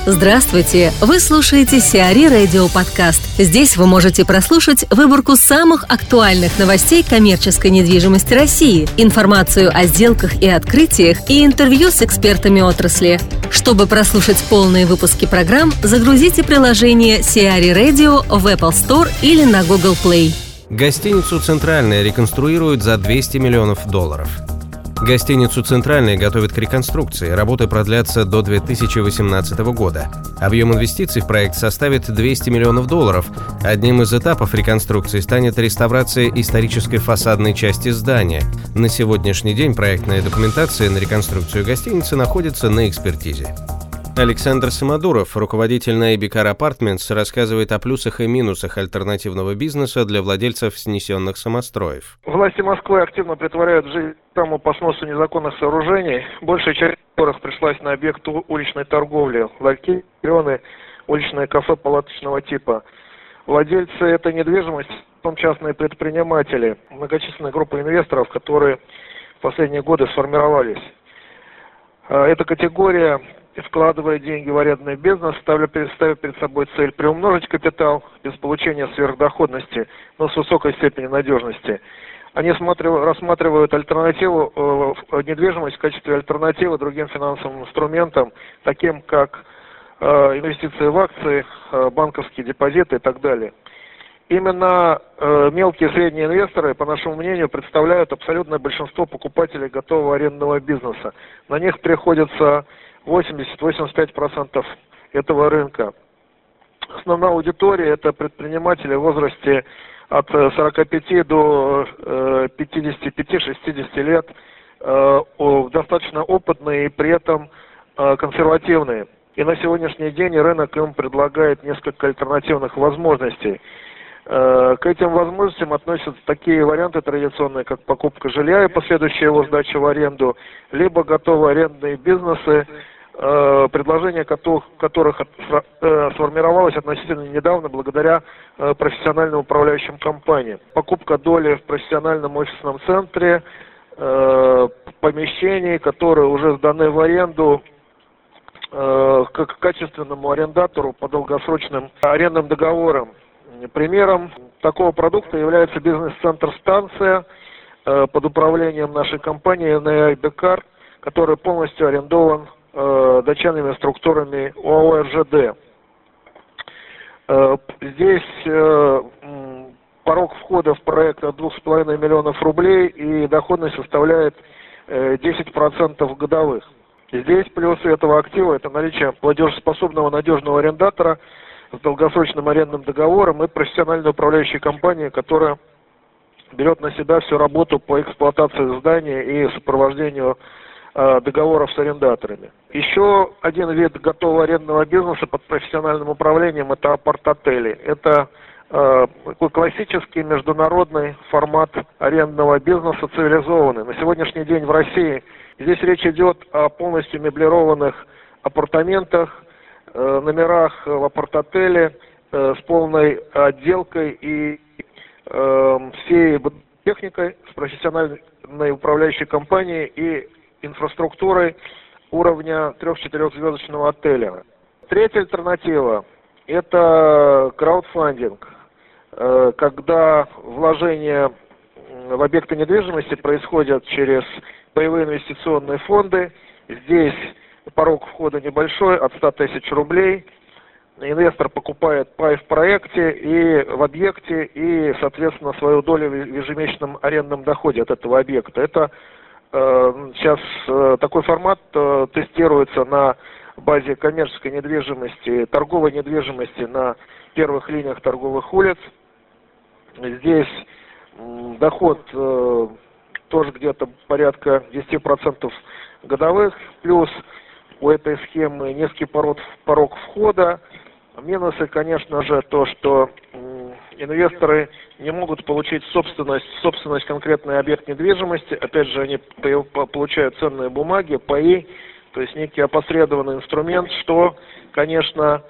Здравствуйте! Вы слушаете Сиари Радио Подкаст. Здесь вы можете прослушать выборку самых актуальных новостей коммерческой недвижимости России, информацию о сделках и открытиях и интервью с экспертами отрасли. Чтобы прослушать полные выпуски программ, загрузите приложение Сиари Radio в Apple Store или на Google Play. Гостиницу «Центральная» реконструируют за $200 миллионов. Гостиницу «Центральная» готовят к реконструкции. Работы продлятся до 2018 года. Объем инвестиций в проект составит $200 миллионов. Одним из этапов реконструкции станет реставрация исторической фасадной части здания. На сегодняшний день проектная документация на реконструкцию гостиницы находится на экспертизе. Александр Самодуров, руководитель Найбикар Apartments, рассказывает о плюсах и минусах альтернативного бизнеса для владельцев снесенных самостроев. Власти Москвы активно претворяют в жизнь программу по сносу незаконных сооружений, большая часть которых пришлась на объект уличной торговли, ларьки, районы, уличные кафе палаточного типа. Владельцы этой недвижимости, в том частные предприниматели, многочисленная группа инвесторов, которые в последние годы сформировались. Эта категория вкладывая деньги в арендный бизнес, ставя перед собой цель приумножить капитал без получения сверхдоходности, но с высокой степенью надежности. Они рассматривают альтернативу, недвижимость в качестве альтернативы другим финансовым инструментам, таким как инвестиции в акции, банковские депозиты и так далее. Именно мелкие и средние инвесторы, по нашему мнению, представляют абсолютное большинство покупателей готового арендного бизнеса. На них приходится 80-85% этого рынка. Основная аудитория – это предприниматели в возрасте от 45 до 55-60 лет, достаточно опытные и при этом консервативные. И на сегодняшний день рынок им предлагает несколько альтернативных возможностей. К этим возможностям относятся такие варианты традиционные, как покупка жилья и последующая его сдача в аренду, либо готовые арендные бизнесы, предложение которых сформировалось относительно недавно благодаря профессиональным управляющим компаниям. Покупка доли в профессиональном офисном центре, помещений, которые уже сданы в аренду к качественному арендатору по долгосрочным арендным договорам. Примером такого продукта является бизнес-центр «Станция» под управлением нашей компании Найбикар, который полностью арендован дочерними структурами ОАО «РЖД». Здесь порог входа в проект от $2,5 миллионов и доходность составляет 10% годовых. Здесь плюсы этого актива – это наличие платежеспособного надежного арендатора с долгосрочным арендным договором и профессиональной управляющей компании, которая берет на себя всю работу по эксплуатации здания и сопровождению договоров с арендаторами. Еще один вид готового арендного бизнеса под профессиональным управлением – это апарт-отели. Это такой классический международный формат арендного бизнеса, цивилизованный. На сегодняшний день в России здесь речь идет о полностью меблированных апартаментах, номерах в апарт-отеле с полной отделкой и всей техникой, с профессиональной управляющей компанией и инфраструктурой уровня 3-4-звездочного отеля. Третья альтернатива – это краудфандинг, когда вложения в объекты недвижимости происходят через паевые инвестиционные фонды. Здесь порог входа небольшой, от 100 тысяч рублей. Инвестор покупает пай в проекте и в объекте и, соответственно, свою долю в ежемесячном арендном доходе от этого объекта. Это сейчас такой формат тестируется на базе коммерческой недвижимости, торговой недвижимости на первых линиях торговых улиц. Здесь доход тоже где-то порядка 10% годовых, плюс у этой схемы низкий порог входа. Минусы, конечно же, то, что инвесторы не могут получить собственность конкретный объект недвижимости. Опять же, они получают ценные бумаги, паи, то есть некий опосредованный инструмент, что, конечно,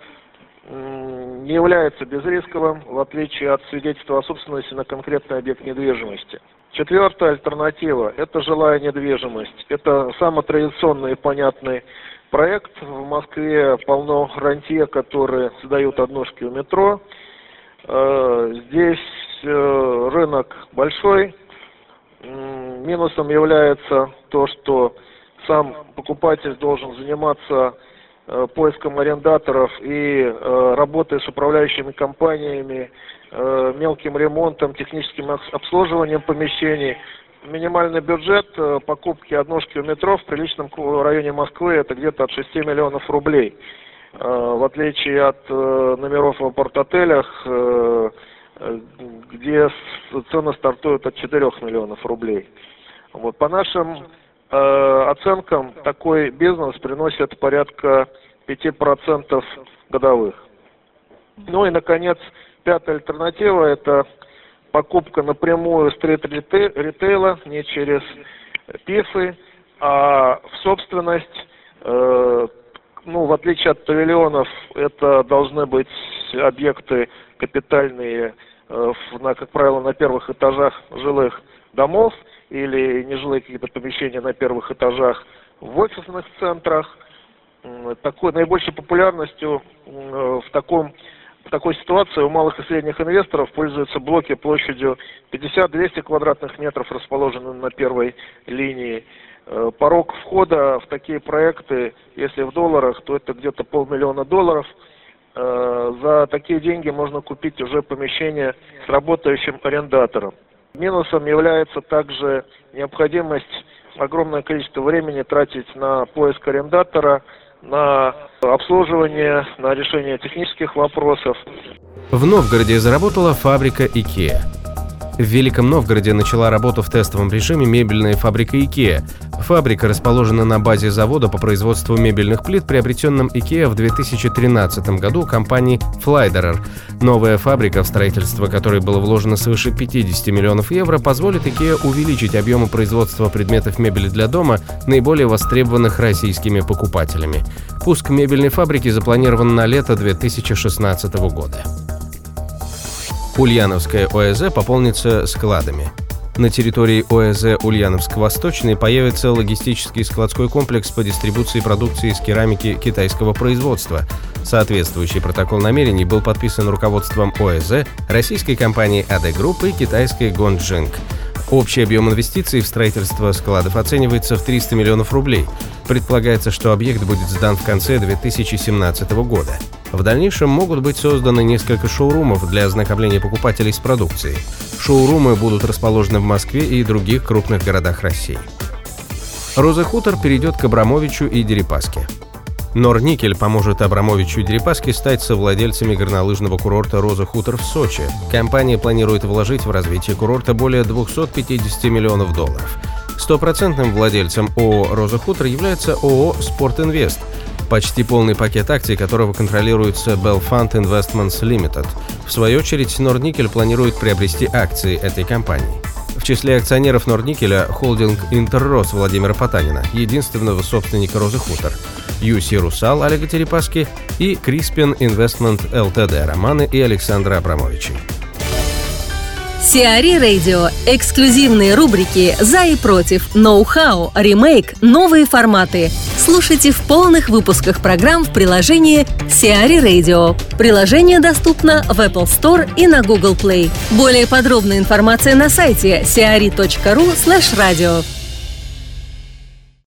не является безрисковым, в отличие от свидетельства о собственности на конкретный объект недвижимости. Четвертая альтернатива – это жилая недвижимость. Это самый традиционный и понятный проект. В Москве полно рантье, которые сдают однушки у метро. Здесь рынок большой. Минусом является то, что сам покупатель должен заниматься поиском арендаторов и работой с управляющими компаниями, мелким ремонтом, техническим обслуживанием помещений. Минимальный бюджет покупки однушки у метро в приличном районе Москвы это где-то от 6 миллионов рублей. В отличие от номеров в апарт-отелях, где цены стартуют от 4 миллионов рублей. Вот. По нашим оценкам, такой бизнес приносит порядка 5% годовых. Ну и, наконец, пятая альтернатива – это покупка напрямую стрит-ритейла, не через ПИФы, а в собственность. В отличие от павильонов, это должны быть объекты капитальные, как правило, на первых этажах жилых домов или нежилые какие-то помещения на первых этажах в офисных центрах. Такой наибольшей популярностью в такой ситуации у малых и средних инвесторов пользуются блоки площадью 50-200 квадратных метров, расположенные на первой линии. Порог входа в такие проекты, если в долларах, то это где-то $500 000. За такие деньги можно купить уже помещение с работающим арендатором. Минусом является также необходимость огромное количество времени тратить на поиск арендатора, на обслуживание, на решение технических вопросов. В Новгороде заработала фабрика IKEA. В Великом Новгороде начала работу в тестовом режиме мебельная фабрика IKEA. Фабрика расположена на базе завода по производству мебельных плит, приобретенном IKEA в 2013 году компанией Flydrer. Новая фабрика, в строительство которой было вложено свыше 50 миллионов евро, позволит IKEA увеличить объемы производства предметов мебели для дома, наиболее востребованных российскими покупателями. Пуск мебельной фабрики запланирован на лето 2016 года. Ульяновская ОЭЗ пополнится складами. На территории ОЭЗ Ульяновск-Восточный появится логистический складской комплекс по дистрибуции продукции из керамики китайского производства. Соответствующий протокол намерений был подписан руководством ОЭЗ, российской компанией AD Group и китайской Гонджинг. Общий объем инвестиций в строительство складов оценивается в 300 миллионов рублей. Предполагается, что объект будет сдан в конце 2017 года. В дальнейшем могут быть созданы несколько шоурумов для ознакомления покупателей с продукцией. Шоурумы будут расположены в Москве и других крупных городах России. Роза Хутор перейдет к Абрамовичу и Дерипаске. Норникель поможет Абрамовичу и Дерипаске стать совладельцами горнолыжного курорта «Роза Хутор» в Сочи. Компания планирует вложить в развитие курорта более $250 миллионов. Стопроцентным владельцем ООО «Роза Хутор» является ООО «Спортинвест», почти полный пакет акций которого контролируется Belfund Investments Limited. В свою очередь, Норникель планирует приобрести акции этой компании. В числе акционеров Норникеля холдинг «Интеррос» Владимира Потанина, единственного собственника «Розы Хутор», UC «Русал» Олега Дерипаски и Crispin Investment Ltd Романа и Александра Абрамовичей. Сиари Radio. Эксклюзивные рубрики «За и против», «Ноу-хау», «Ремейк», «Новые форматы». Слушайте в полных выпусках программ в приложении Сиари Radio. Приложение доступно в Apple Store и на Google Play. Более подробная информация на сайте siari.ru/radio.